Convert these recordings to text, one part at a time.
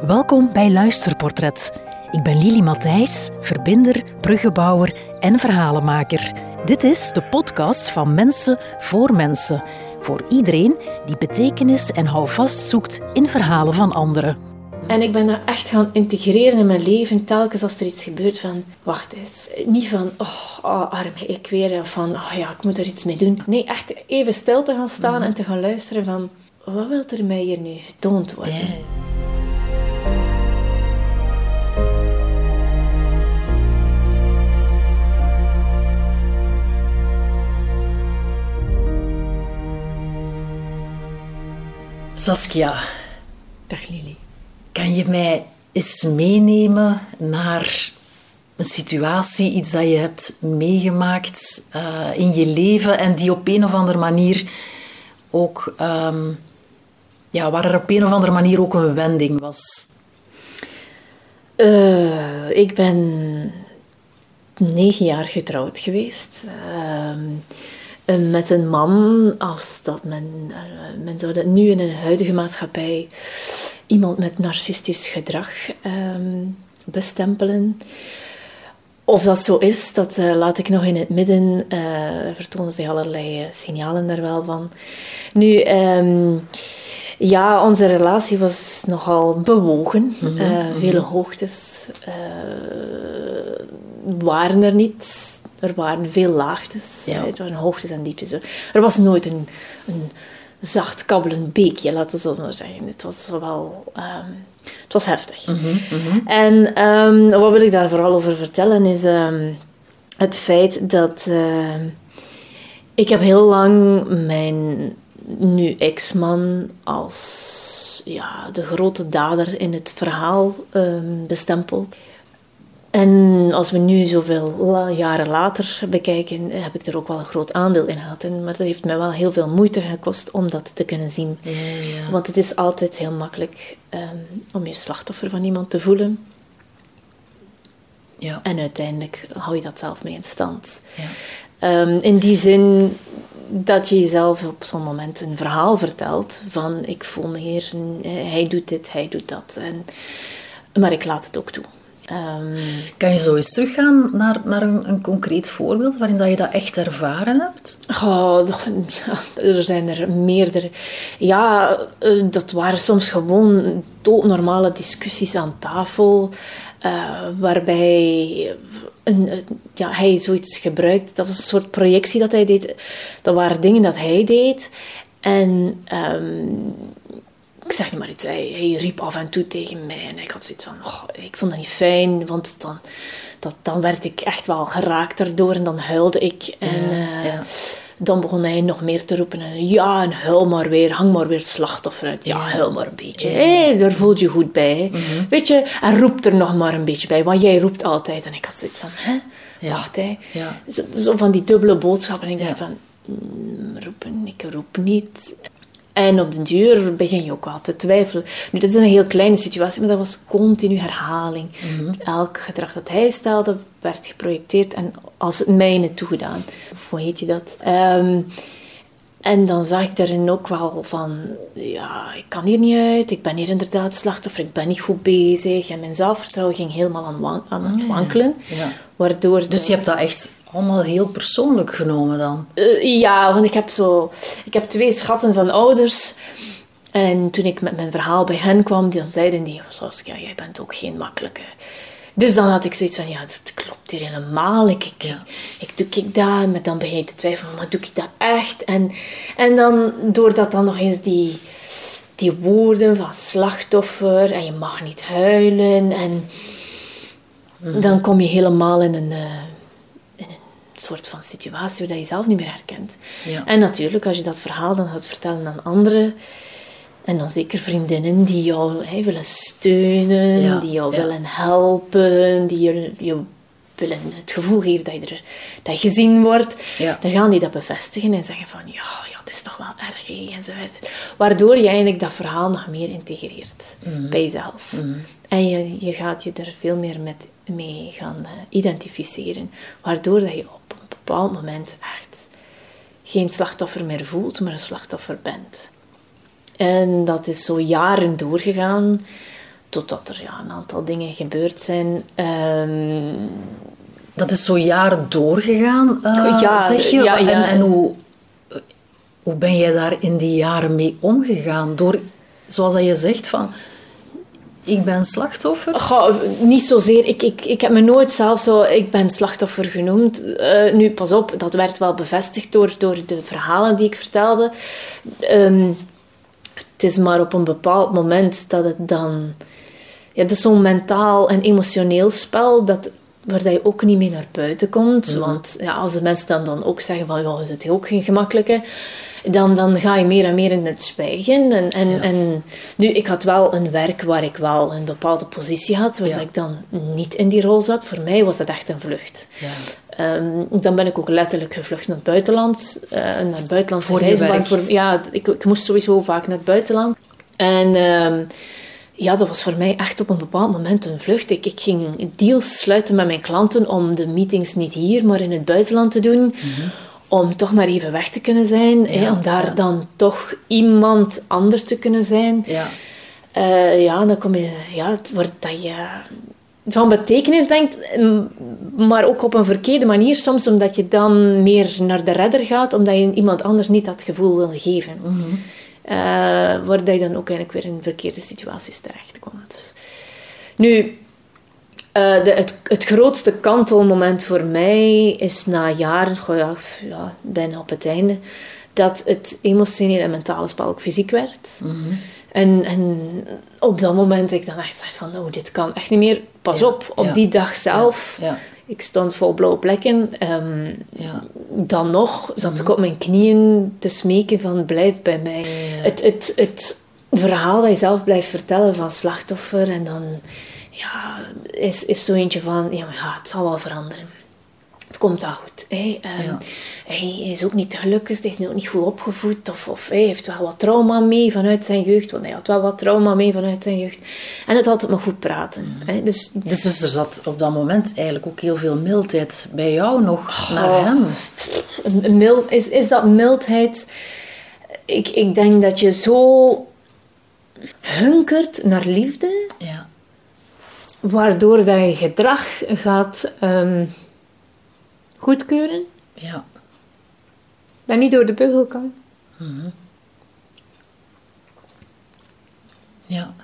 Welkom bij Luisterportret. Ik ben Lili Matthijs, verbinder, bruggenbouwer en verhalenmaker. Dit is de podcast van Mensen voor Mensen. Voor iedereen die betekenis en houvast zoekt in verhalen van anderen. En ik ben dat echt gaan integreren in mijn leven, telkens als er iets gebeurt van, wacht eens. Niet van, arm ik weer, of van, ik moet er iets mee doen. Nee, echt even stil te gaan staan en te gaan luisteren van, wat wil er mij hier nu getoond worden? Yeah. Saskia. Dag Lili. Kan je mij eens meenemen naar een situatie, iets dat je hebt meegemaakt in je leven en die op een of andere manier ook, waar er op een of andere manier ook een wending was? Ik ben 9 jaar getrouwd geweest. Met een man, als dat men zou dat nu in een huidige maatschappij iemand met narcistisch gedrag bestempelen. Of dat zo is, dat laat ik nog in het midden. Vertonen zich allerlei signalen daar wel van. Nu, onze relatie was nogal bewogen. Vele hoogtes waren er niet. Er waren veel laagtes. Ja. Het waren hoogtes en dieptes. Er was nooit een zacht kabbelend beekje, laten we zo maar zeggen. Het was wel... het was heftig. En wat wil ik daar vooral over vertellen is het feit dat ik heb heel lang mijn nu ex-man als de grote dader in het verhaal bestempeld. En als we nu zoveel jaren later bekijken, heb ik er ook wel een groot aandeel in gehad. Maar het heeft mij wel heel veel moeite gekost om dat te kunnen zien. Ja. Want het is altijd heel makkelijk om je slachtoffer van iemand te voelen. Ja. En uiteindelijk hou je dat zelf mee in stand. Ja. In die zin dat je jezelf op zo'n moment een verhaal vertelt van ik voel me hier, hij doet dit, hij doet dat. Maar ik laat het ook toe. Kan je zo eens teruggaan naar een concreet voorbeeld waarin dat je dat echt ervaren hebt? Er zijn er meerdere. Ja, dat waren soms gewoon doodnormale discussies aan tafel, waarbij hij zoiets gebruikte. Dat was een soort projectie dat hij deed. Dat waren dingen dat hij deed. En... ik zeg niet maar iets, hij riep af en toe tegen mij en ik had zoiets van, ik vond dat niet fijn, want dan werd ik echt wel geraakt daardoor en dan huilde ik. En dan begon hij nog meer te roepen en huil maar weer, hang maar weer het slachtoffer uit. Ja, huil maar een beetje, daar voel je goed bij. Mm-hmm. Weet je, en roep er nog maar een beetje bij, want jij roept altijd. En ik had zoiets van, wacht, zo van die dubbele boodschappen. En ik dacht van, roepen, ik roep niet... En op de duur begin je ook wel te twijfelen. Nu, dat is een heel kleine situatie, maar dat was continu herhaling. Mm-hmm. Elk gedrag dat hij stelde, werd geprojecteerd en als het mijne toegedaan. Of hoe heet je dat? En dan zag ik daarin ook wel van... ik kan hier niet uit, ik ben hier inderdaad slachtoffer, ik ben niet goed bezig. En mijn zelfvertrouwen ging helemaal aan het wankelen. Ja. Waardoor dus je hebt dat echt... allemaal heel persoonlijk genomen dan? Want ik heb 2 schatten van ouders. En toen ik met mijn verhaal bij hen kwam, dan zeiden die, Saskia, jij bent ook geen makkelijke. Dus dan had ik zoiets van, dat klopt hier helemaal. Ik doe ik dat, maar dan begin je te twijfelen, maar doe ik dat echt? En dan, doordat dan nog eens die woorden van slachtoffer, en je mag niet huilen, en dan kom je helemaal in een soort van situatie waar je zelf niet meer herkent. Ja. En natuurlijk, als je dat verhaal dan gaat vertellen aan anderen, en dan zeker vriendinnen die jou willen steunen, die jou willen helpen, die je willen het gevoel geven dat je gezien wordt, dan gaan die dat bevestigen en zeggen van, het is toch wel erg, enzovoort. Waardoor je eigenlijk dat verhaal nog meer integreert bij jezelf. Mm-hmm. En je gaat je er veel meer mee gaan identificeren, waardoor dat je op een bepaald moment echt geen slachtoffer meer voelt, maar een slachtoffer bent. En dat is zo jaren doorgegaan, totdat er een aantal dingen gebeurd zijn. Dat is zo jaren doorgegaan, zeg je? Ja. En hoe ben jij daar in die jaren mee omgegaan? Door, zoals dat je zegt, van... Ik ben slachtoffer? Goh, niet zozeer. Ik heb me nooit zelf zo... Ik ben slachtoffer genoemd. Nu, pas op, dat werd wel bevestigd door de verhalen die ik vertelde. Het is maar op een bepaald moment dat het dan... Ja, het is zo'n mentaal en emotioneel spel waar je ook niet mee naar buiten komt. Mm-hmm. Want ja, als de mensen dan ook zeggen van... Ja, is het ook geen gemakkelijke... Dan ga je meer en meer in het zwijgen. En nu, ik had wel een werk waar ik wel een bepaalde positie had, waar ik dan niet in die rol zat. Voor mij was dat echt een vlucht. Ja. Dan ben ik ook letterlijk gevlucht naar het buitenland. Naar het buitenlandse reisbank. Ik moest sowieso vaak naar het buitenland. En dat was voor mij echt op een bepaald moment een vlucht. Ik ging deals sluiten met mijn klanten om de meetings niet hier, maar in het buitenland te doen. Mm-hmm. Om toch maar even weg te kunnen zijn. Om daar dan toch iemand anders te kunnen zijn. Ja. Dan kom je... Ja, het wordt dat je van betekenis brengt, maar ook op een verkeerde manier soms, omdat je dan meer naar de redder gaat, omdat je iemand anders niet dat gevoel wil geven. Mm-hmm. Waar je dan ook eigenlijk weer in verkeerde situaties terechtkomt. Nu... Het grootste kantelmoment voor mij is na jaren, bijna op het einde, dat het emotionele en mentale spel ook fysiek werd. Mm-hmm. En op dat moment ik dan echt dacht van, dit kan echt niet meer. Pas op die dag zelf. Ja. Ik stond vol blauwe plekken. Dan nog zat ik op mijn knieën te smeken van, blijf bij mij. Ja. Het verhaal dat je zelf blijft vertellen van slachtoffer en dan... Ja, is zo eentje van... het zal wel veranderen. Het komt al goed. Hij is ook niet te gelukkig, hij is ook niet goed opgevoed. Of hij heeft wel wat trauma mee vanuit zijn jeugd. Want hij had wel wat trauma mee vanuit zijn jeugd. En het altijd maar goed praten. Dus er zat op dat moment eigenlijk ook heel veel mildheid bij jou nog naar hem. Is dat mildheid? Ik denk dat je zo hunkert naar liefde... Ja. Waardoor dat je gedrag gaat goedkeuren. Ja. Dat niet door de beugel kan. Mm-hmm. Ja.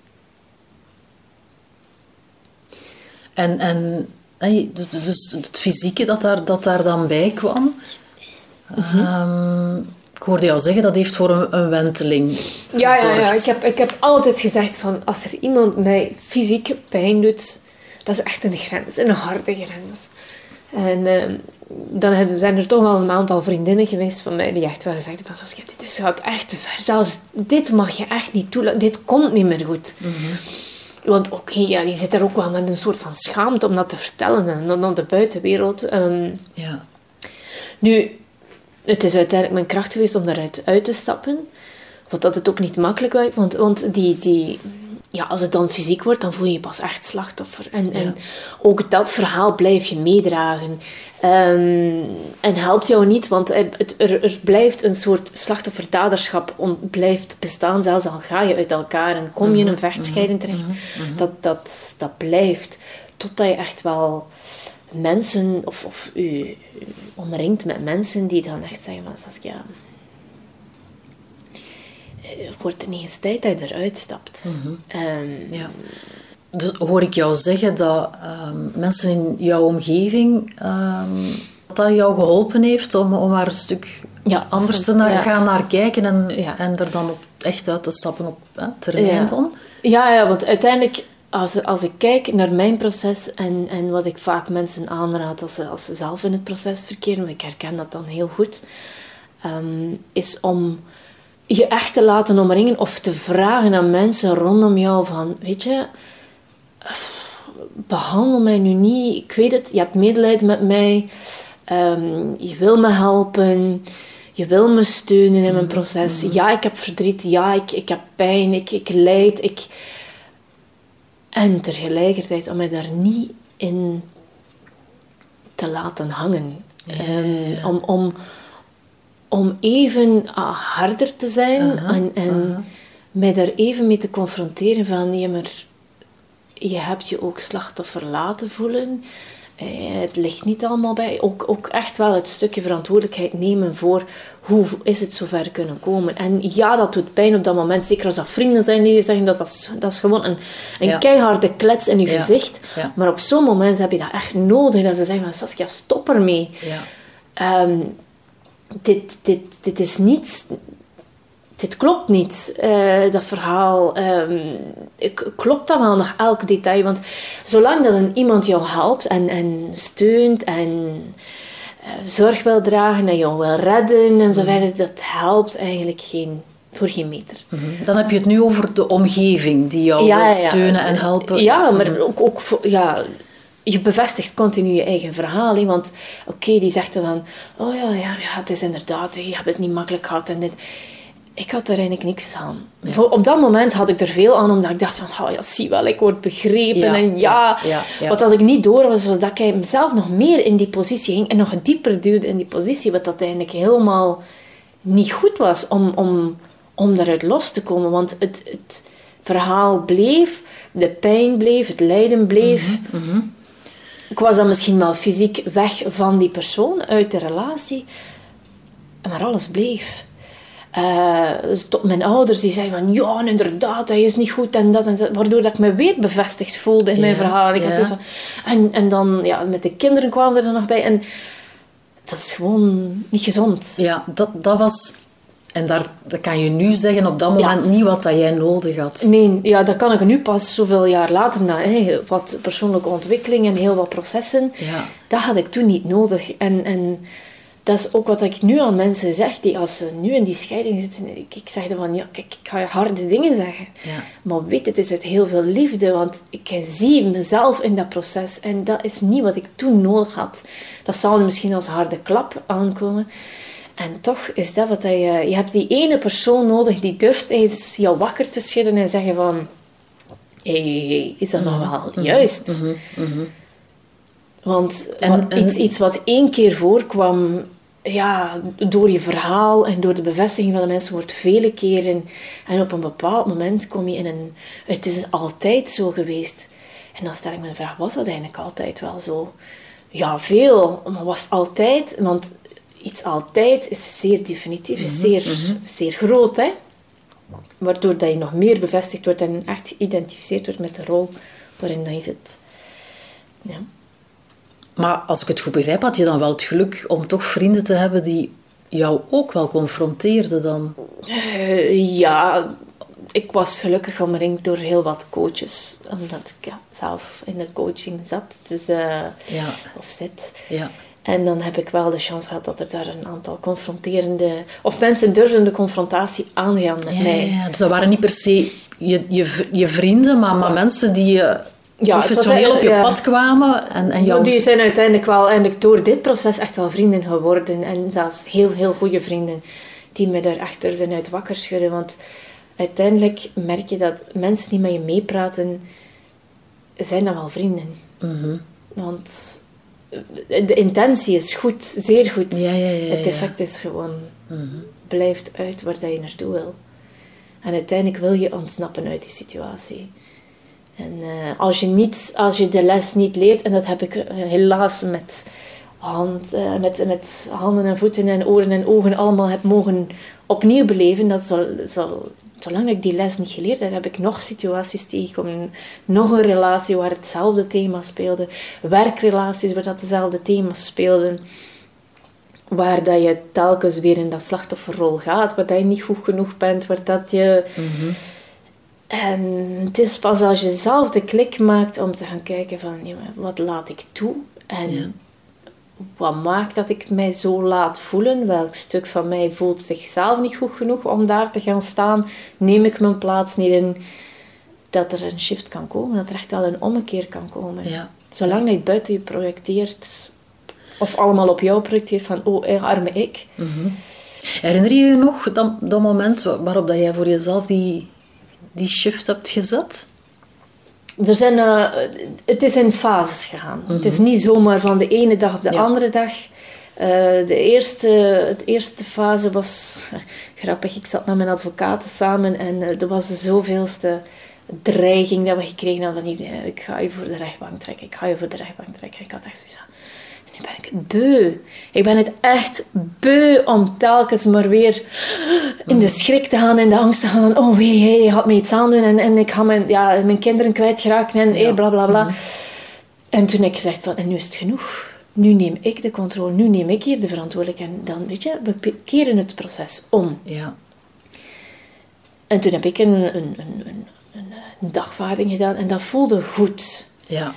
En dus het fysieke dat daar dan bij kwam... Mm-hmm. Ik hoorde jou zeggen, dat heeft voor een wenteling gezorgd. Ja. Ik heb altijd gezegd van, als er iemand mij fysiek pijn doet, dat is echt een grens, een harde grens. En dan zijn er toch wel een aantal vriendinnen geweest van mij die echt wel gezegd hebben, Saskia, dit gaat echt te ver. Zelfs dit mag je echt niet toelaten. Dit komt niet meer goed. Mm-hmm. Want je zit er ook wel met een soort van schaamte om dat te vertellen aan de buitenwereld. Nu... Het is uiteindelijk mijn kracht geweest om daaruit uit te stappen. Wat dat het ook niet makkelijk werd. Want als het dan fysiek wordt, dan voel je je pas echt slachtoffer. En ook dat verhaal blijf je meedragen. En helpt jou niet, want er blijft een soort slachtofferdaderschap blijft bestaan. Zelfs al ga je uit elkaar en kom je in een vechtscheiding terecht. Mm-hmm. Dat blijft. Totdat je echt wel... mensen of u omringt met mensen die dan echt zeggen van Saskia, wordt het niet eens tijd dat je eruit stapt. Mm-hmm. Dus hoor ik jou zeggen dat mensen in jouw omgeving dat jou geholpen heeft om maar een stuk anders te gaan naar kijken en er dan op echt uit te stappen op termijn dan? Ja, want uiteindelijk als ik kijk naar mijn proces en wat ik vaak mensen aanraad als ze zelf in het proces verkeren, want ik herken dat dan heel goed, is om je echt te laten omringen of te vragen aan mensen rondom jou van, weet je, behandel mij nu niet, ik weet het, je hebt medelijden met mij, je wil me helpen, je wil me steunen in mijn proces. Ja, ik heb verdriet, ja, ik heb pijn, ik lijd, En tegelijkertijd om mij daar niet in te laten hangen. Om even harder te zijn en mij daar even mee te confronteren van, nee, maar je hebt je ook slachtoffer laten voelen. Het ligt niet allemaal bij. Ook echt wel het stukje verantwoordelijkheid nemen voor hoe is het zover kunnen komen. En ja, dat doet pijn op dat moment. Zeker als dat vrienden zijn die je zeggen dat is gewoon een keiharde klets in je gezicht. Ja. Maar op zo'n moment heb je dat echt nodig. Dat ze zeggen van Saskia, stop ermee. Ja. Dit is niet... Dit klopt niet, dat verhaal. Klopt dat wel nog elk detail? Want zolang dat iemand jou helpt en steunt en zorg wil dragen en jou wil redden en zo verder, dat helpt eigenlijk voor geen meter. Mm-hmm. Dan heb je het nu over de omgeving die jou wil steunen en helpen. Ja, maar ook je bevestigt continu je eigen verhaal. Hè? Want die zegt dan van, het is inderdaad, je hebt het niet makkelijk gehad en dit... Ik had er eigenlijk niks aan. Ja. Op dat moment had ik er veel aan, omdat ik dacht van, zie wel, ik word begrepen. Wat dat ik niet door was dat ik mezelf nog meer in die positie ging en nog dieper duwde in die positie, wat dat eigenlijk helemaal niet goed was om daaruit los te komen. Want het verhaal bleef, de pijn bleef, het lijden bleef. Mm-hmm. Ik was dan misschien wel fysiek weg van die persoon, uit de relatie, maar alles bleef. Dus tot mijn ouders die zeiden van ja, inderdaad, dat is niet goed en dat, waardoor dat ik me weer bevestigd voelde in mijn verhaal. En dan met de kinderen kwamen er dan nog bij en dat is gewoon niet gezond. Ja, dat was, en dat kan je nu zeggen, op dat moment niet wat dat jij nodig had. Nee, dat kan ik nu pas zoveel jaar later na wat persoonlijke ontwikkeling en heel wat processen, dat had ik toen niet nodig. En dat is ook wat ik nu aan mensen zeg, die als ze nu in die scheiding zitten, ik zeg dan van, kijk, ik ga je harde dingen zeggen. Ja. Maar weet, het is uit heel veel liefde, want ik zie mezelf in dat proces en dat is niet wat ik toen nodig had. Dat zal misschien als harde klap aankomen. En toch is dat wat je hebt die ene persoon nodig die durft eens jou wakker te schudden en zeggen van, hey, is dat nog wel juist? Mm-hmm. Mm-hmm. Want iets wat 1 keer voorkwam, door je verhaal en door de bevestiging van de mensen, wordt vele keren. En op een bepaald moment kom je in het is altijd zo geweest. En dan stel ik me de vraag, was dat eigenlijk altijd wel zo? Ja, veel. Maar was het altijd? Want iets altijd is zeer definitief, is zeer groot, hè? Waardoor dat je nog meer bevestigd wordt en echt geïdentificeerd wordt met de rol waarin dat je zit. Ja. Maar als ik het goed begrijp, had je dan wel het geluk om toch vrienden te hebben die jou ook wel confronteerden dan? Ik was gelukkig omringd door heel wat coaches. Omdat ik zelf in de coaching zat. Dus, of zit. Ja. En dan heb ik wel de chance gehad dat er daar een aantal confronterende... Of mensen durfden de confrontatie aangaan met mij. Ja, dus dat waren niet per se je vrienden, maar mensen die... professioneel op je pad kwamen. En jou... Die zijn uiteindelijk wel door dit proces echt wel vrienden geworden. En zelfs heel, heel goede vrienden. Die me daar echt durfden uit wakker schudden. Want uiteindelijk merk je dat mensen die met je meepraten, zijn dan wel vrienden. Mm-hmm. Want de intentie is goed, zeer goed. Het effect is gewoon, blijft uit waar dat je naartoe wil. En uiteindelijk wil je ontsnappen uit die situatie. En als je de les niet leert, en dat heb ik helaas met handen en voeten en oren en ogen allemaal heb mogen opnieuw beleven, zolang ik die les niet geleerd heb, heb ik nog situaties tegengekomen, nog een relatie waar hetzelfde thema speelde, werkrelaties waar dat dezelfde thema's speelden, waar dat je telkens weer in dat slachtofferrol gaat, waar dat je niet goed genoeg bent, waar dat je... Mm-hmm. En het is pas als je zelf de klik maakt om te gaan kijken van, wat laat ik toe? En wat maakt dat ik mij zo laat voelen? Welk stuk van mij voelt zichzelf niet goed genoeg om daar te gaan staan? Neem ik mijn plaats niet in? Dat er een shift kan komen, dat er echt wel een ommekeer kan komen. Ja. Zolang je het buiten je projecteert, of allemaal op jou projecteert van, arme ik. Mm-hmm. Herinner je je nog dat moment waarop dat jij voor jezelf die shift hebt gezet? Het is in fases gegaan. Mm-hmm. Het is niet zomaar van de ene dag op de andere dag. Het eerste fase was grappig. Ik zat met mijn advocaten samen en er was de zoveelste dreiging dat we gekregen hadden van ik ga je voor de rechtbank trekken, ik ga je voor de rechtbank trekken. Ik had echt zoiets van, nu ben ik het beu. Ik ben het echt beu om telkens maar weer in de schrik te gaan, in de angst te gaan. Oh wee, hij gaat me iets aandoen en ik ga mijn kinderen kwijtgeraken en bla bla bla. En toen heb ik gezegd van, en nu is het genoeg. Nu neem ik de controle, nu neem ik hier de verantwoordelijkheid. En dan, weet je, we keren het proces om. Ja. En toen heb ik een dagvaarding gedaan en dat voelde goed. Ja.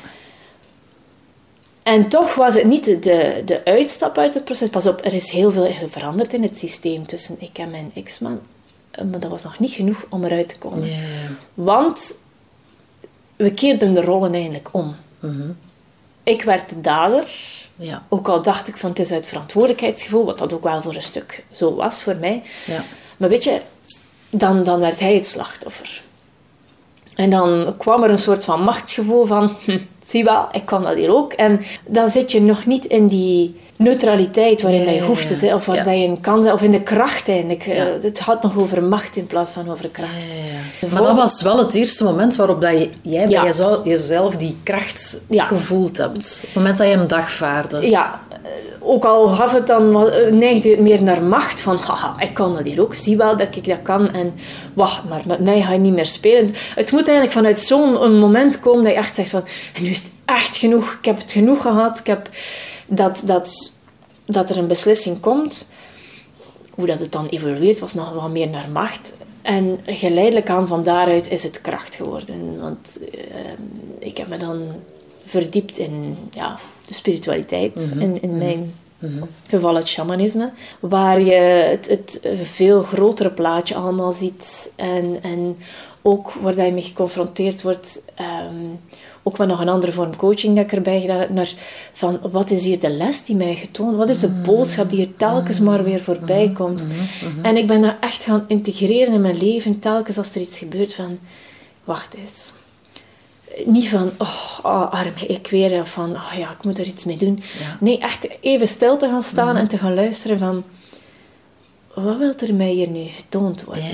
En toch was het niet de uitstap uit het proces. Pas op, er is heel veel veranderd in het systeem tussen ik en mijn ex-man. Maar dat was nog niet genoeg om eruit te komen. Yeah. Want we keerden de rollen eigenlijk om. Mm-hmm. Ik werd de dader. Ja. Ook al dacht ik van het is uit verantwoordelijkheidsgevoel, wat dat ook wel voor een stuk zo was voor mij. Ja. Maar weet je, dan werd hij het slachtoffer. En dan kwam er een soort van machtsgevoel van, zie wel, ik kan dat hier ook. En dan zit je nog niet in die neutraliteit waarin dat je hoeft te zijn, of waar dat je in kan zijn, of in de kracht eigenlijk. Het gaat nog over macht in plaats van over kracht. Ja. Maar dat was wel het eerste moment waarop dat jij bij jezelf die kracht gevoeld hebt. Op het moment dat je hem dagvaarde. Ja, ook al gaf het dan, neigde het meer naar macht. Van, haha, ik kan dat hier ook. Zie wel dat ik dat kan. En wacht, maar met mij ga je niet meer spelen. Het moet eigenlijk vanuit zo'n moment komen dat je echt zegt van, en nu is het echt genoeg. Ik heb het genoeg gehad. Ik heb dat er een beslissing komt. Hoe dat het dan evolueert, was nog wat meer naar macht. En geleidelijk aan van daaruit is het kracht geworden. Want ik heb me dan verdiept in de spiritualiteit. In mijn geval het shamanisme. Waar je het veel grotere plaatje allemaal ziet. En ook waar je mee geconfronteerd wordt. Ook met nog een andere vorm coaching dat ik erbij gedaan heb. Naar van, wat is hier de les die mij getoond? Wat is de boodschap die er telkens maar weer voorbij komt? En ik ben dat echt gaan integreren in mijn leven. Telkens als er iets gebeurt van... Wacht eens. Niet van, arm, ik weer. Of van, ik moet er iets mee doen. Ja. Nee, echt even stil te gaan staan en te gaan luisteren van... Wat wil er mij hier nu getoond worden?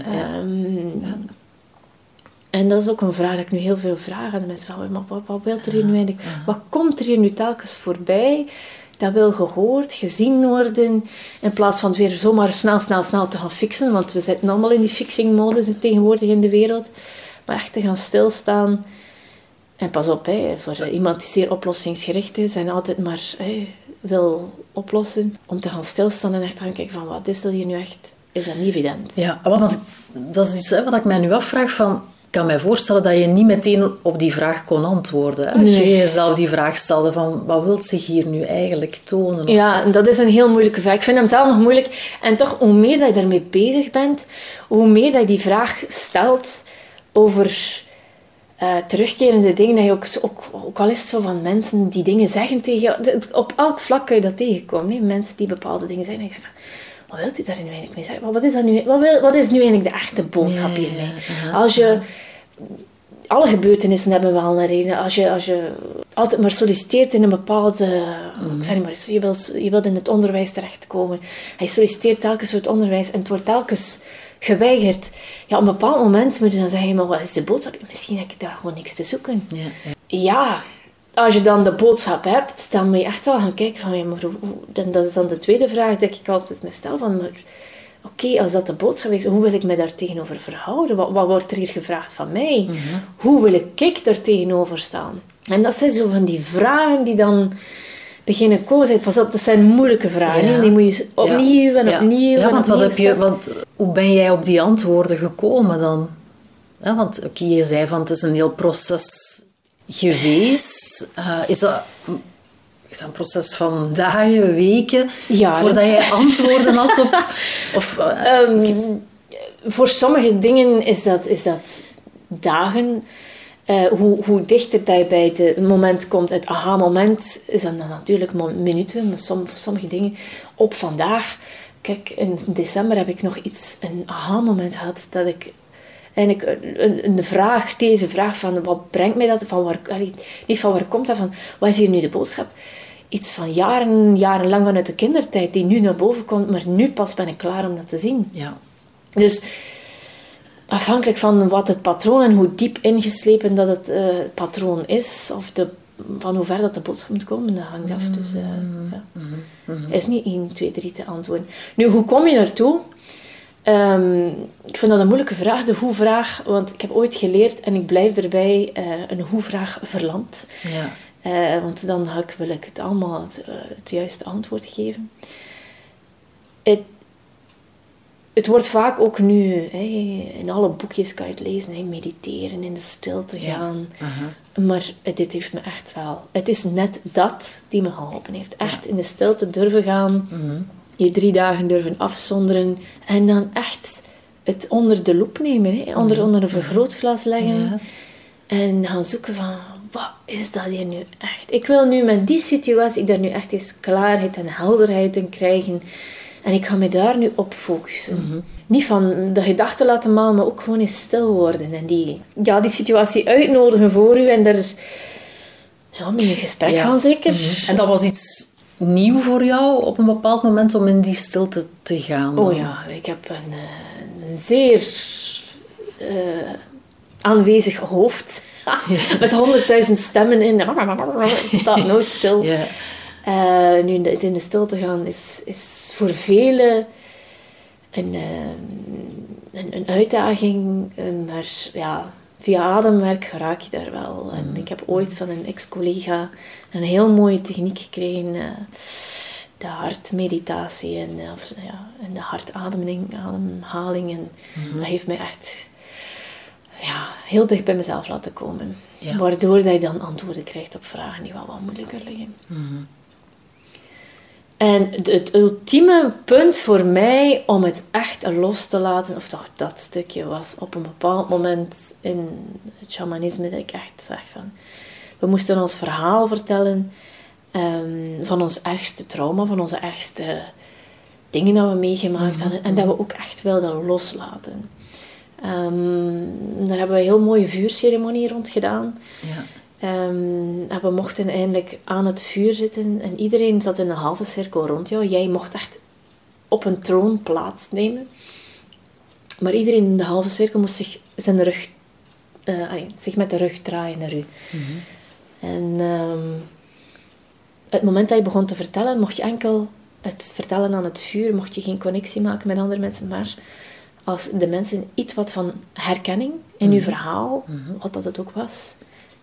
En dat is ook een vraag dat ik nu heel veel vraag aan de mensen. Van, maar wat wil er hier nu eigenlijk? Wat komt er hier nu telkens voorbij? Dat wil gehoord, gezien worden. In plaats van het weer zomaar snel te gaan fixen. Want we zitten allemaal in die fixing-modus tegenwoordig in de wereld. Maar echt te gaan stilstaan. En pas op, voor iemand die zeer oplossingsgericht is. En altijd maar wil oplossen. Om te gaan stilstaan en echt te gaan kijken van wat is dat hier nu echt? Is dat niet evident? Ja, want dat is iets wat ik mij nu afvraag van... Ik kan mij voorstellen dat je niet meteen op die vraag kon antwoorden. Hè? Als je jezelf die vraag stelde van... Wat wil zich hier nu eigenlijk tonen? Of... Ja, dat is een heel moeilijke vraag. Ik vind hem zelf nog moeilijk. En toch, hoe meer dat je daarmee bezig bent... Hoe meer dat je die vraag stelt over... terugkerende dingen, dat je ook al is het zo van mensen die dingen zeggen tegen je... Op elk vlak kun je dat tegenkomen. Hè? Mensen die bepaalde dingen zeggen. En je denkt van... Wat wil hij daar nu eigenlijk mee zeggen? Wat is nu eigenlijk de echte boodschap hiermee? Als je... Alle gebeurtenissen hebben wel een reden. Als je altijd maar solliciteert in een bepaalde... Ik zeg niet maar, je wilt in het onderwijs terechtkomen. Je solliciteert telkens voor het onderwijs en het wordt telkens geweigerd. Ja, op een bepaald moment moet je dan zeggen, maar wat is de boodschap? Misschien heb ik daar gewoon niks te zoeken. Ja, als je dan de boodschap hebt, dan moet je echt wel gaan kijken van... dat is dan de tweede vraag die ik altijd me stel van... Oké, als dat de boodschap is, hoe wil ik me daar tegenover verhouden? Wat wordt er hier gevraagd van mij? Hoe wil ik daar tegenover staan? En dat zijn zo van die vragen die dan beginnen komen. Pas op, dat zijn moeilijke vragen. Die moet je opnieuw en opnieuw en opnieuw hoe ben jij op die antwoorden gekomen dan? Ja, want je zei van het is een heel proces geweest. Is dat... een proces van dagen, weken, voordat jij antwoorden had op... Voor sommige dingen is dat dagen. Hoe dichter dat je bij het moment komt, het aha-moment, is dat dan natuurlijk minuten. Maar voor sommige dingen op vandaag... Kijk, in december heb ik nog een aha-moment gehad dat ik... Eigenlijk deze vraag van wat brengt mij dat, niet van waar komt dat, van wat is hier nu de boodschap? Iets van jarenlang vanuit de kindertijd die nu naar boven komt, maar nu pas ben ik klaar om dat te zien. Ja. Dus afhankelijk van wat het patroon en hoe diep ingeslepen dat het patroon is, of van hoe ver dat de boodschap moet komen, dat hangt af. Dus er is niet 1, 2, 3 te antwoorden. Nu, hoe kom je naartoe? Ik vind dat een moeilijke vraag, de hoe-vraag, want ik heb ooit geleerd, en ik blijf erbij, een hoe-vraag verlamt. Ja. Want dan wil ik het allemaal het juiste antwoord geven. Het wordt vaak ook nu, in alle boekjes kan je het lezen, mediteren, in de stilte gaan. Ja. Maar dit heeft me echt wel... Het is net dat die me geholpen heeft. Echt in de stilte durven gaan, je 3 dagen durven afzonderen en dan echt het onder de loep nemen, onder een vergrootglas leggen en gaan zoeken van, wat is dat hier nu echt? Ik wil nu met die situatie daar nu echt eens klaarheid en helderheid in krijgen. En ik ga me daar nu op focussen. Niet van de gedachten laten malen, maar ook gewoon eens stil worden. En die situatie uitnodigen voor u en daar mee in gesprek gaan zeker. En dat was iets nieuw voor jou op een bepaald moment om in die stilte te gaan? Dan? Oh ja, ik heb een zeer aanwezig hoofd. Met 100.000 stemmen in. Het staat nooit stil. Nu in de stilte gaan is voor velen een uitdaging. Maar ja, via ademwerk raak je daar wel. En ik heb ooit van een ex-collega een heel mooie techniek gekregen. De hartmeditatie en de hartademhaling. En dat heeft mij echt heel dicht bij mezelf laten komen. Ja. Waardoor dat je dan antwoorden krijgt op vragen die wel wat moeilijker liggen. En het ultieme punt voor mij om het echt los te laten, of toch dat stukje, was op een bepaald moment in het shamanisme dat ik echt zeg van... We moesten ons verhaal vertellen van ons ergste trauma, van onze ergste dingen dat we meegemaakt hadden. En dat we ook echt wilden loslaten. Daar hebben we een heel mooie vuurceremonie rond gedaan. Ja. En we mochten eindelijk aan het vuur zitten en iedereen zat in een halve cirkel rond jou. Jij mocht echt op een troon plaatsnemen. Maar iedereen in de halve cirkel moest zich met de rug draaien naar u. En het moment dat je begon te vertellen, mocht je enkel het vertellen aan het vuur, mocht je geen connectie maken met andere mensen, maar als de mensen iets wat van herkenning in uw verhaal, wat dat het ook was,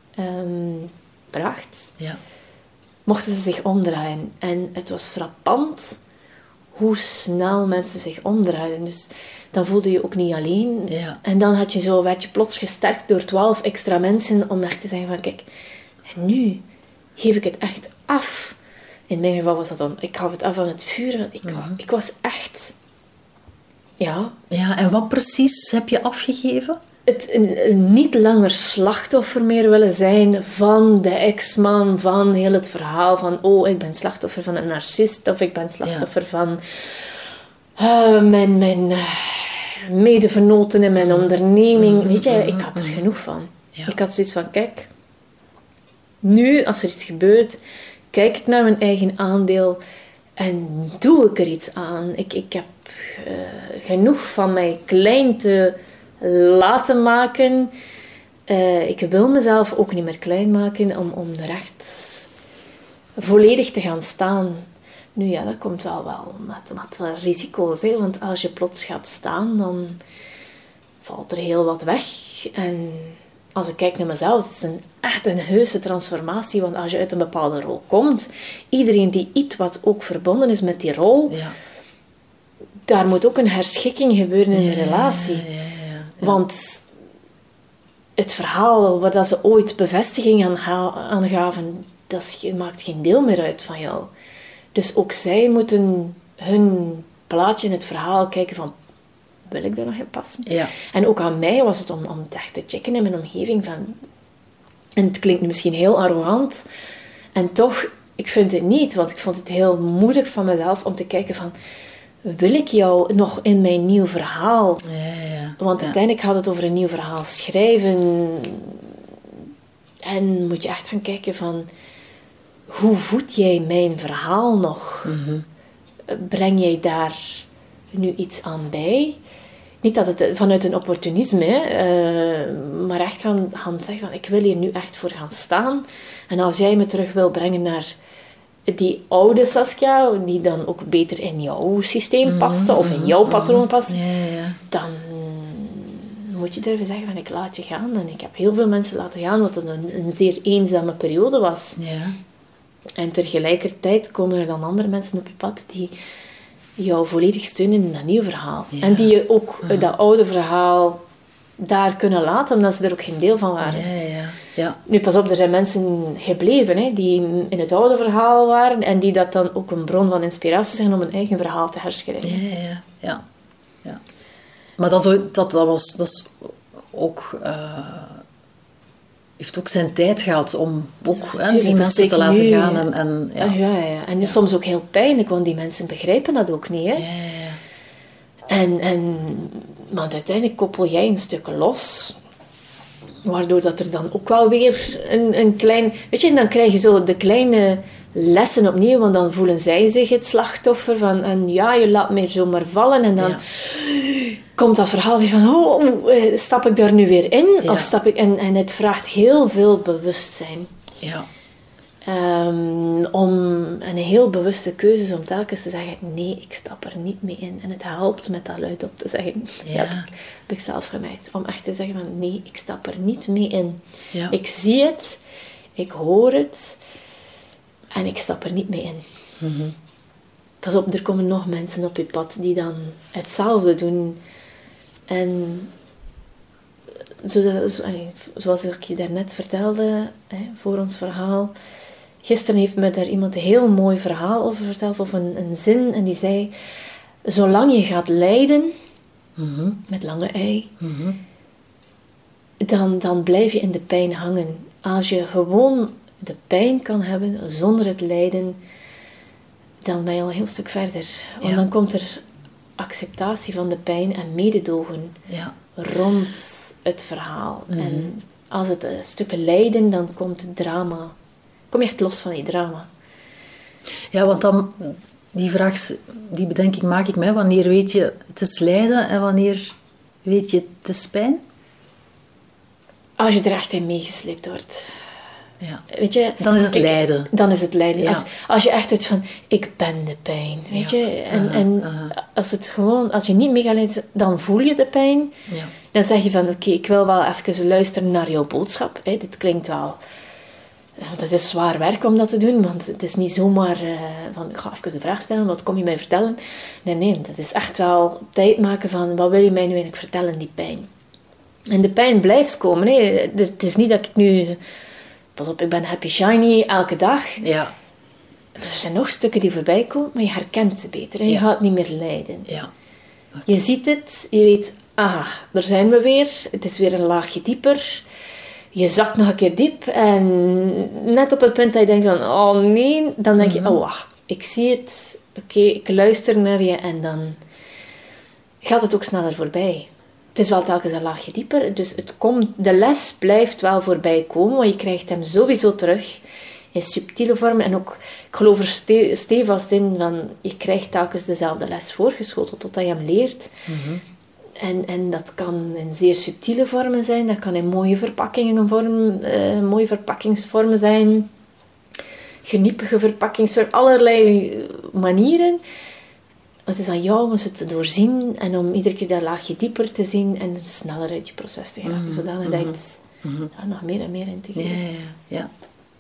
bracht, mochten ze zich omdraaien. En het was frappant hoe snel mensen zich omdraaiden. Dus dan voelde je ook niet alleen. Ja. En dan werd je plots gesterkt door 12 extra mensen om echt te zeggen van, kijk, en nu geef ik het echt af. In mijn geval was dat dan, ik gaf het af aan het vuur. Ik was echt... Ja. Ja, en wat precies heb je afgegeven? Het niet langer slachtoffer meer willen zijn van de ex-man, van heel het verhaal van, ik ben slachtoffer van een narcist, of ik ben slachtoffer van mijn medevenoten in mijn onderneming. Weet je, ik had er genoeg van. Ja. Ik had zoiets van, kijk, nu, als er iets gebeurt, kijk ik naar mijn eigen aandeel en doe ik er iets aan. Ik heb genoeg van mij klein te laten maken. Ik wil mezelf ook niet meer klein maken om er echt volledig te gaan staan. Nu ja, dat komt wel met risico's. Hè? Want als je plots gaat staan, dan valt er heel wat weg. En als ik kijk naar mezelf, het is echt een heuse transformatie. Want als je uit een bepaalde rol komt, iedereen die iets wat ook verbonden is met die rol, daar moet ook een herschikking gebeuren in de relatie. Ja. Want het verhaal waar dat ze ooit bevestiging aan gaven, dat maakt geen deel meer uit van jou. Dus ook zij moeten hun plaatje in het verhaal kijken van, wil ik daar nog in passen? Ja. En ook aan mij was het om het echt te checken in mijn omgeving van... En het klinkt nu misschien heel arrogant. En toch, ik vind het niet. Want ik vond het heel moedig van mezelf om te kijken van... Wil ik jou nog in mijn nieuw verhaal? Ja. Want uiteindelijk gaat het over een nieuw verhaal schrijven. En moet je echt gaan kijken van... Hoe voed jij mijn verhaal nog? Breng jij daar nu iets aan bij? Niet dat het vanuit een opportunisme, maar echt gaan zeggen van ik wil hier nu echt voor gaan staan. En als jij me terug wil brengen naar die oude Saskia, die dan ook beter in jouw systeem paste of in jouw patroon past, dan moet je durven zeggen van ik laat je gaan. En ik heb heel veel mensen laten gaan, wat een zeer eenzame periode was. Ja. En tegelijkertijd komen er dan andere mensen op je pad die jou volledig steunen in dat nieuwe verhaal. Ja. En die je ook dat oude verhaal daar kunnen laten, omdat ze er ook geen deel van waren. Ja. Nu, pas op, er zijn mensen gebleven hè, die in het oude verhaal waren en die dat dan ook een bron van inspiratie zijn om een eigen verhaal te herschrijven. Ja. Maar dat is ook... heeft ook zijn tijd gehad om ook die mensen te laten gaan. En soms ook heel pijnlijk, want die mensen begrijpen dat ook niet. Hè? Maar uiteindelijk koppel jij een stuk los, waardoor dat er dan ook wel weer een klein... Weet je, dan krijg je zo de kleine lessen opnieuw, want dan voelen zij zich het slachtoffer van... En ja, je laat mij zomaar vallen en dan... komt dat verhaal weer van, stap ik daar nu weer in? Ja. Of stap ik... En het vraagt heel veel bewustzijn. Ja. Om een heel bewuste keuze om telkens te zeggen, nee, ik stap er niet mee in. En het helpt met dat luid op te zeggen. Ja. Dat heb ik zelf gemerkt. Om echt te zeggen van, nee, ik stap er niet mee in. Ja. Ik zie het, ik hoor het, en ik stap er niet mee in. Mm-hmm. Pas op, er komen nog mensen op je pad die dan hetzelfde doen. En zoals ik je daarnet vertelde, voor ons verhaal. Gisteren heeft me daar iemand een heel mooi verhaal over verteld, of een zin. En die zei, zolang je gaat lijden, met lange ei, dan blijf je in de pijn hangen. Als je gewoon de pijn kan hebben zonder het lijden, dan ben je al een heel stuk verder. Want dan komt er acceptatie van de pijn en mededogen rond het verhaal. En als het een stukje lijden, dan komt het drama. Kom je echt los van die drama. Ja, want dan, die vraag, die bedenking maak ik mij. Wanneer weet je het is lijden en wanneer weet je het is pijn? Als je er echt in meegesleept wordt. Ja. Weet je, dan is het lijden. Dan is het lijden. Ja. Als je echt uit van, ik ben de pijn. Weet je? En als je niet mee gaat leiden, dan voel je de pijn. Ja. Dan zeg je van, oké, ik wil wel even luisteren naar jouw boodschap. Dit klinkt wel... Want het is zwaar werk om dat te doen, want het is niet zomaar van, ik ga even een vraag stellen, wat kom je mij vertellen? Nee, dat is echt wel tijd maken van, wat wil je mij nu eigenlijk vertellen, die pijn? En de pijn blijft komen. Hè. Het is niet dat ik nu... Pas op, ik ben happy shiny elke dag. Ja. Er zijn nog stukken die voorbij komen, maar je herkent ze beter. En je gaat niet meer lijden. Ja. Okay. Je ziet het, je weet, daar zijn we weer. Het is weer een laagje dieper. Je zakt nog een keer diep. En net op het punt dat je denkt van, oh nee, dan denk je, oh wacht, ik zie het. Oké, ik luister naar je en dan gaat het ook sneller voorbij. Het is wel telkens een laagje dieper, dus de les blijft wel voorbij komen, want je krijgt hem sowieso terug in subtiele vormen. En ook, ik geloof er stevast in, van je krijgt telkens dezelfde les voorgeschoteld totdat je hem leert. En dat kan in zeer subtiele vormen zijn, dat kan in mooie verpakkingsvormen zijn, geniepige verpakkingsvormen, allerlei manieren. Het is aan jou om ze te doorzien en om iedere keer dat laagje dieper te zien en sneller uit je proces te gaan. Zodanig dat je het nog meer en meer integreert. Ja.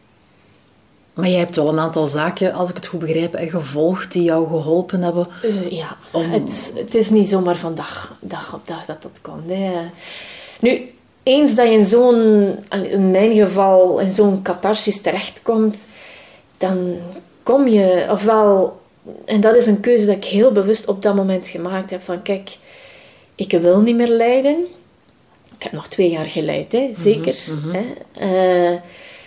Maar jij hebt wel een aantal zaken, als ik het goed begrijp, gevolgd die jou geholpen hebben. Ja, het is niet zomaar van dag op dag dat kan. Nee. Nu, eens dat je in mijn geval, in zo'n catharsis terechtkomt, dan kom je, ofwel... En dat is een keuze dat ik heel bewust op dat moment gemaakt heb. Van kijk, ik wil niet meer lijden. Ik heb nog 2 jaar geleid, hè, zeker. Hè.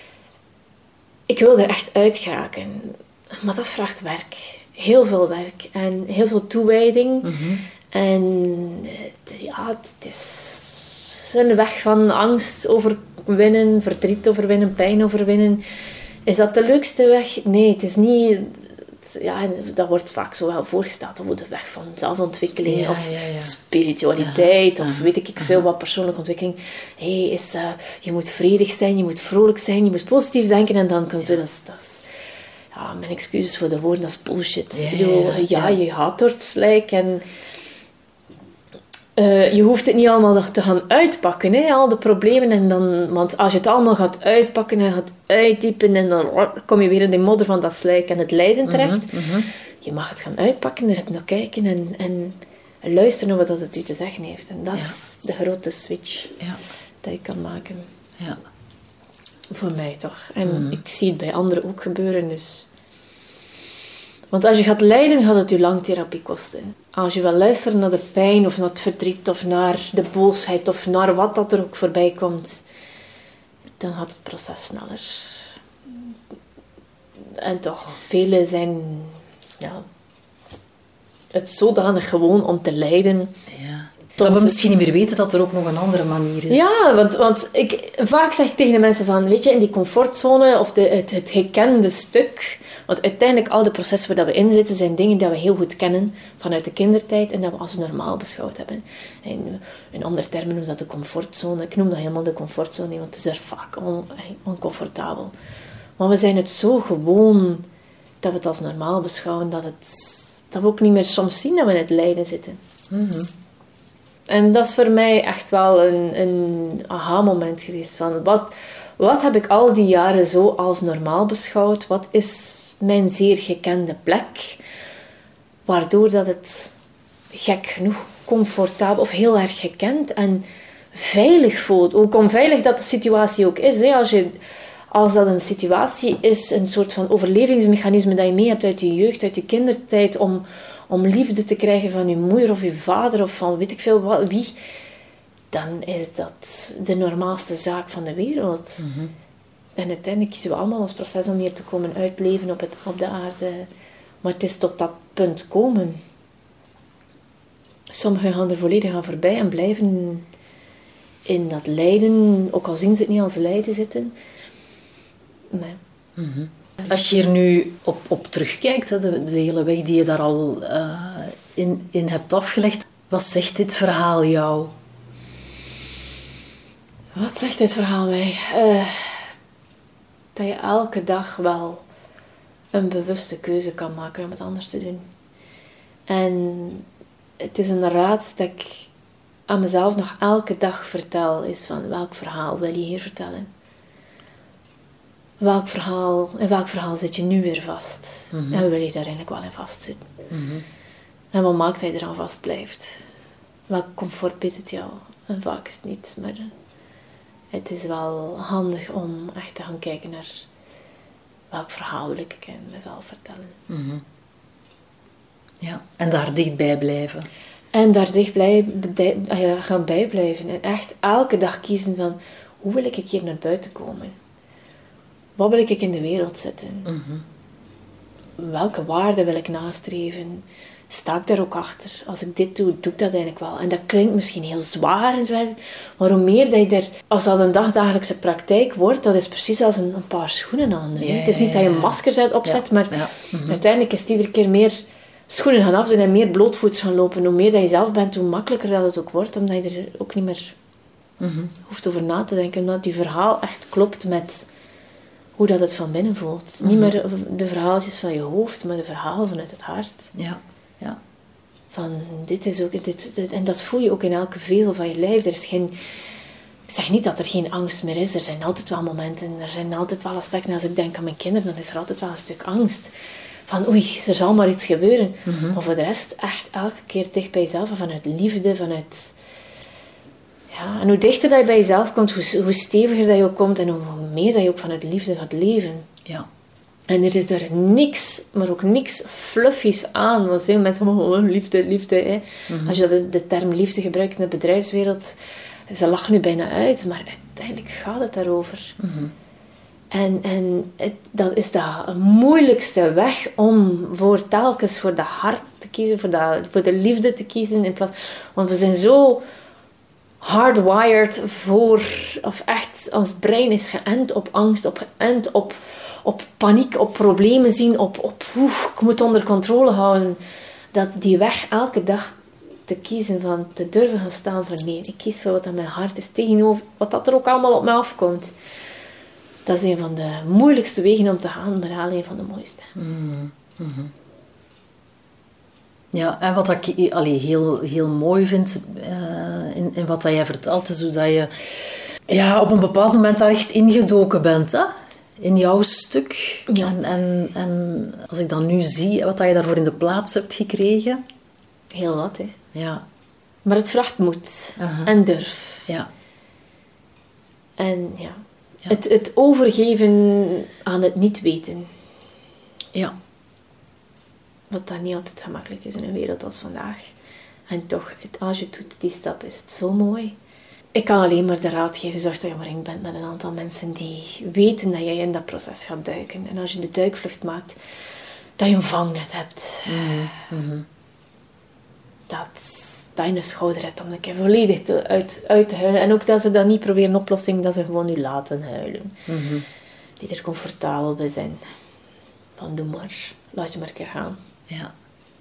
Ik wil er echt uit geraken. Maar dat vraagt werk. Heel veel werk. En heel veel toewijding. En het is een weg van angst overwinnen, verdriet overwinnen, pijn overwinnen. Is dat de leukste weg? Nee, het is niet... dat wordt vaak zo wel voorgesteld op de weg van zelfontwikkeling Ja, of ja, ja. spiritualiteit of weet ik veel wat, persoonlijke ontwikkeling. Je moet vredig zijn, je moet vrolijk zijn, je moet positief denken en dan komt dat is mijn excuses voor de woorden, dat is bullshit. Ja, Ik bedoel, je gaat door het slijk en je hoeft het niet allemaal nog te gaan uitpakken, hè, al de problemen. En dan, want als je het allemaal gaat uitpakken en gaat uitdiepen, en dan kom je weer in de modder van dat slijk en het lijden terecht. Je mag het gaan uitpakken, er naar kijken en luisteren naar wat het u te zeggen heeft. En dat is de grote switch dat je kan maken. Ja. Voor mij toch. En ik zie het bij anderen ook gebeuren, dus... Want als je gaat lijden, gaat het je lang therapie kosten. Als je wil luisteren naar de pijn, of naar het verdriet, of naar de boosheid, of naar wat dat er ook voorbij komt, dan gaat het proces sneller. En toch, velen zijn het zodanig gewoon om te lijden. Ja. Dat we misschien niet meer weten dat er ook nog een andere manier is. Ja, want vaak zeg ik tegen de mensen van, weet je, in die comfortzone, of het gekende stuk... Want uiteindelijk, al de processen waar we in zitten, zijn dingen die we heel goed kennen vanuit de kindertijd en dat we als normaal beschouwd hebben. En in andere termen noemen ze dat de comfortzone. Ik noem dat helemaal de comfortzone niet, want het is er vaak oncomfortabel. Maar we zijn het zo gewoon dat we het als normaal beschouwen, dat we ook niet meer soms zien dat we in het lijden zitten. En dat is voor mij echt wel een aha-moment geweest van wat heb ik al die jaren zo als normaal beschouwd? Wat is mijn zeer gekende plek? Waardoor dat het gek genoeg comfortabel of heel erg gekend en veilig voelt. Ook onveilig dat de situatie ook is. Hè? Als dat een situatie is, een soort van overlevingsmechanisme dat je mee hebt uit je jeugd, uit je kindertijd, om liefde te krijgen van je moeder of je vader of van weet ik veel wie... dan is dat de normaalste zaak van de wereld. En uiteindelijk kiezen we allemaal ons proces om hier te komen uitleven op de aarde. Maar het is tot dat punt komen. Sommigen gaan er volledig aan voorbij en blijven in dat lijden, ook al zien ze het niet als lijden zitten. Nee. Als je hier nu op terugkijkt, de hele weg die je daar al in hebt afgelegd, wat zegt dit verhaal jou? Wat zegt dit verhaal mij? Dat je elke dag wel een bewuste keuze kan maken om het anders te doen. En het is een raad dat ik aan mezelf nog elke dag vertel, is van welk verhaal wil je hier vertellen? In welk verhaal zit je nu weer vast? En wil je daar eigenlijk wel in vastzitten? En wat maakt dat je eraan vast blijft? Welk comfort biedt het jou? En vaak is het niets, maar het is wel handig om echt te gaan kijken naar welk verhaal wil ik mezelf vertellen. Ja, en daar dichtbij blijven. En daar gaan bijblijven. En echt elke dag kiezen van, hoe wil ik hier naar buiten komen? Wat wil ik in de wereld zetten? Welke waarden wil ik nastreven? Sta ik daar ook achter? Als ik dit doe, doe ik dat eigenlijk wel. En dat klinkt misschien heel zwaar en zo. Maar hoe meer dat je als dat een dagdagelijkse praktijk wordt, dat is precies als een paar schoenen aan. Het is niet dat je een masker opzet, maar uiteindelijk is het iedere keer meer schoenen gaan afdoen en meer blootvoets gaan lopen. Hoe meer dat je zelf bent, hoe makkelijker dat het ook wordt, omdat je er ook niet meer hoeft over na te denken. Omdat je verhaal echt klopt met hoe dat het van binnen voelt. Niet meer de verhaaltjes van je hoofd, maar de verhalen vanuit het hart. Ja. Van dit is ook dit, en dat voel je ook in elke vezel van je lijf. Er is geen, ik zeg niet dat er geen angst meer is. Er zijn altijd wel momenten, er zijn altijd wel aspecten. Als ik denk aan mijn kinderen, dan is er altijd wel een stuk angst. Van oei, er zal maar iets gebeuren. Maar voor de rest echt elke keer dicht bij jezelf. Vanuit liefde, vanuit... Ja, en hoe dichter dat je bij jezelf komt, hoe steviger dat je ook komt. En hoe meer dat je ook vanuit liefde gaat leven. Ja. En er is daar niks, maar ook niks fluffies aan. Want veel mensen zeggen, oh, liefde. Hè. Als je de term liefde gebruikt in de bedrijfswereld, ze lachen nu bijna uit. Maar uiteindelijk gaat het daarover. En dat is de moeilijkste weg om telkens voor de hart te kiezen, voor de liefde te kiezen. In plaats, want we zijn zo hardwired of echt, ons brein is geënt op angst, geënt op paniek, op problemen zien, op ik moet onder controle houden. Dat die weg elke dag te kiezen van te durven gaan staan voor nee. Ik kies voor wat aan mijn hart is, tegenover wat dat er ook allemaal op mij afkomt. Dat is een van de moeilijkste wegen om te gaan, maar wel een van de mooiste. Ja, en wat ik heel, heel mooi vind in wat dat jij vertelt, is hoe dat je op een bepaald moment daar echt ingedoken bent, hè? In jouw stuk. Ja. En als ik dan nu zie wat dat je daarvoor in de plaats hebt gekregen. Heel wat, hè. Ja. Maar het vraagt moed en durf. Ja. En het overgeven aan het niet weten. Ja. Wat dan niet altijd gemakkelijk is in een wereld als vandaag. En toch, als je doet die stap, is het zo mooi. Ik kan alleen maar de raad geven, zorg dat je omringd bent met een aantal mensen die weten dat jij in dat proces gaat duiken. En als je de duikvlucht maakt, dat je een vangnet hebt. Dat je een schouder hebt om een keer volledig uit te huilen. En ook dat ze dat niet proberen een oplossing, dat ze gewoon je laten huilen. Die er comfortabel bij zijn. Van doe maar, laat je maar een keer gaan. Ja.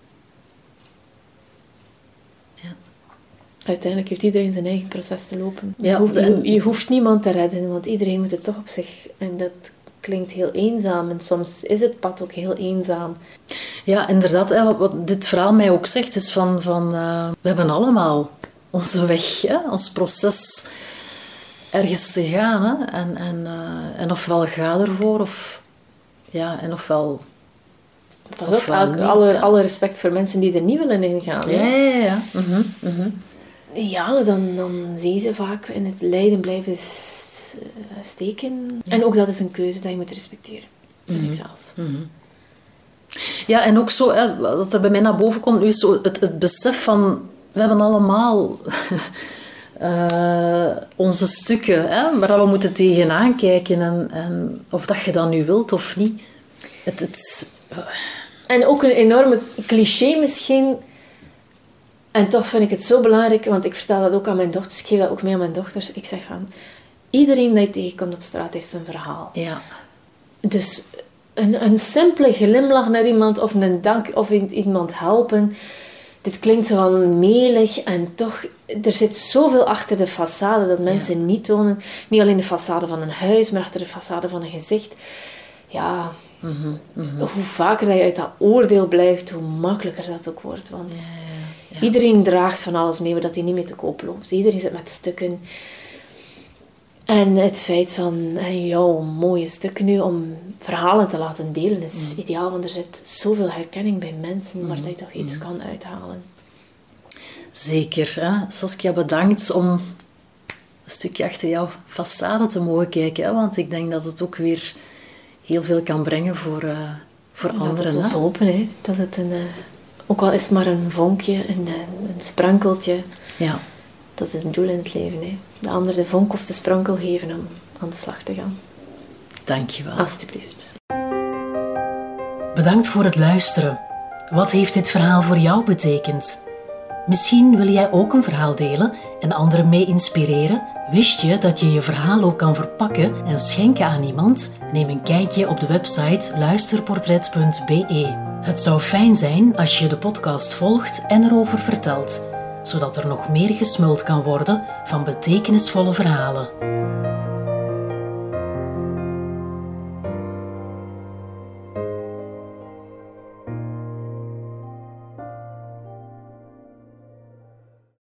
Ja. Uiteindelijk heeft iedereen zijn eigen proces te lopen. Ja, Je hoeft niemand te redden, want iedereen moet het toch op zich. En dat klinkt heel eenzaam. En soms is het pad ook heel eenzaam. Ja, inderdaad. Wat dit verhaal mij ook zegt, is van we hebben allemaal onze weg, hè, ons proces ergens te gaan. Hè, en ofwel ga ervoor, en ofwel... Pas op, alle respect voor mensen die er niet willen ingaan. Ja. Ja, dan zie je ze vaak in het lijden blijven steken. Ja. En ook dat is een keuze dat je moet respecteren, vind ik zelf. Ja, en ook zo, wat er bij mij naar boven komt nu, is zo het besef van, we hebben allemaal onze stukken, hè, waar we moeten tegenaan kijken. En of dat je dat nu wilt of niet. En ook een enorme cliché misschien. En toch vind ik het zo belangrijk, want ik vertel dat ook aan mijn dochters. Ik geef dat ook mee aan mijn dochters. Ik zeg van, iedereen die je tegenkomt op straat heeft zijn verhaal. Ja. Dus een simpele glimlach naar iemand of een dank of iemand helpen. Dit klinkt zo van melig en toch, er zit zoveel achter de façade dat mensen niet tonen. Niet alleen de façade van een huis, maar achter de façade van een gezicht. Ja, hoe vaker dat je uit dat oordeel blijft, hoe makkelijker dat ook wordt. Want iedereen draagt van alles mee, waar hij niet mee te koop loopt. Iedereen zit met stukken. En het feit van jouw mooie stukken nu om verhalen te laten delen is ideaal, want er zit zoveel herkenning bij mensen waar je toch iets kan uithalen. Zeker. Hè? Saskia, bedankt om een stukje achter jouw façade te mogen kijken, hè? Want ik denk dat het ook weer heel veel kan brengen voor anderen. Dat het ons hopen, hè? Dat het ook al is maar een vonkje, een sprankeltje. Ja. Dat is het doel in het leven, hè? De ander de vonk of de sprankel geven om aan de slag te gaan. Dankjewel. Alsjeblieft. Bedankt voor het luisteren. Wat heeft dit verhaal voor jou betekend? Misschien wil jij ook een verhaal delen en anderen mee inspireren? Wist je dat je je verhaal ook kan verpakken en schenken aan iemand? Neem een kijkje op de website luisterportret.be. Het zou fijn zijn als je de podcast volgt en erover vertelt, zodat er nog meer gesmuld kan worden van betekenisvolle verhalen.